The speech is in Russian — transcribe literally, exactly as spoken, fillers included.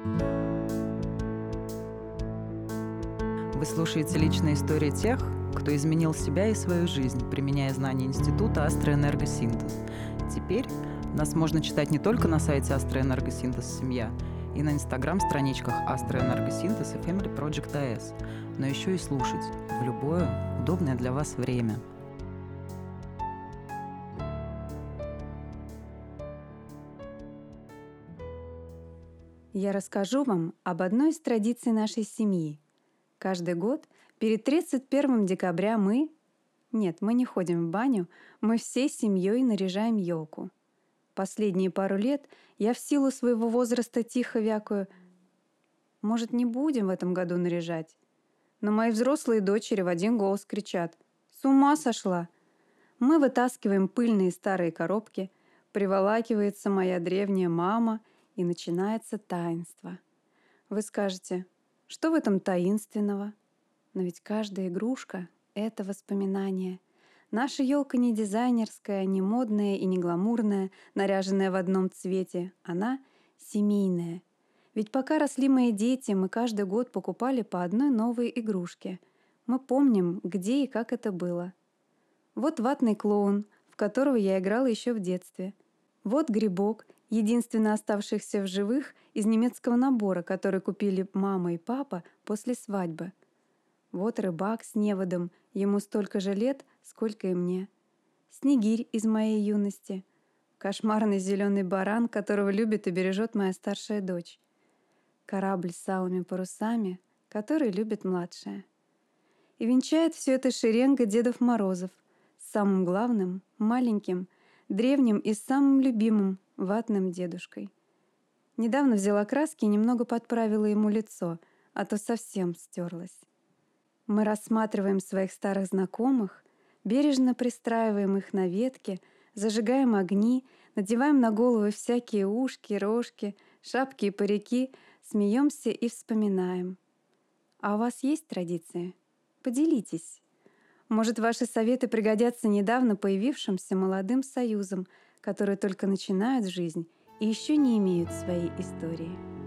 Вы слушаете личные истории тех, кто изменил себя и свою жизнь, применяя знания Института Астроэнергосинтез. Теперь нас можно читать не только на сайте Астроэнергосинтез «Семья» и на инстаграм-страничках Астроэнергосинтез и Family Project эй эс, но еще и слушать в любое удобное для вас время. Я расскажу вам об одной из традиций нашей семьи. Каждый год перед тридцать первым декабря мы... Нет, мы не ходим в баню, мы всей семьей наряжаем елку. Последние пару лет я в силу своего возраста тихо вякаю: может, не будем в этом году наряжать? Но мои взрослые дочери в один голос кричат: с ума сошла! Мы вытаскиваем пыльные старые коробки, приволакивается моя древняя мама, и начинается таинство. Вы скажете: что в этом таинственного? Но ведь каждая игрушка — это воспоминание. Наша елка не дизайнерская, не модная и не гламурная, наряженная в одном цвете. Она семейная. Ведь пока росли мои дети, мы каждый год покупали по одной новой игрушке. Мы помним, где и как это было. Вот ватный клоун, в которого я играла еще в детстве. Вот грибок, единственно оставшихся в живых из немецкого набора, который купили мама и папа после свадьбы. Вот рыбак с неводом, ему столько же лет, сколько и мне. Снегирь из моей юности. Кошмарный зеленый баран, которого любит и бережет моя старшая дочь. Корабль с алыми парусами, который любит младшая. И венчает все это шеренга Дедов Морозов с самым главным, маленьким, древним и самым любимым ватным дедушкой. Недавно взяла краски и немного подправила ему лицо, а то совсем стерлось. Мы рассматриваем своих старых знакомых, бережно пристраиваем их на ветке, зажигаем огни, надеваем на головы всякие ушки, рожки, шапки и парики, смеемся и вспоминаем. А у вас есть традиции? Поделитесь. Может, ваши советы пригодятся недавно появившимся молодым союзам, которые только начинают жизнь и еще не имеют своей истории.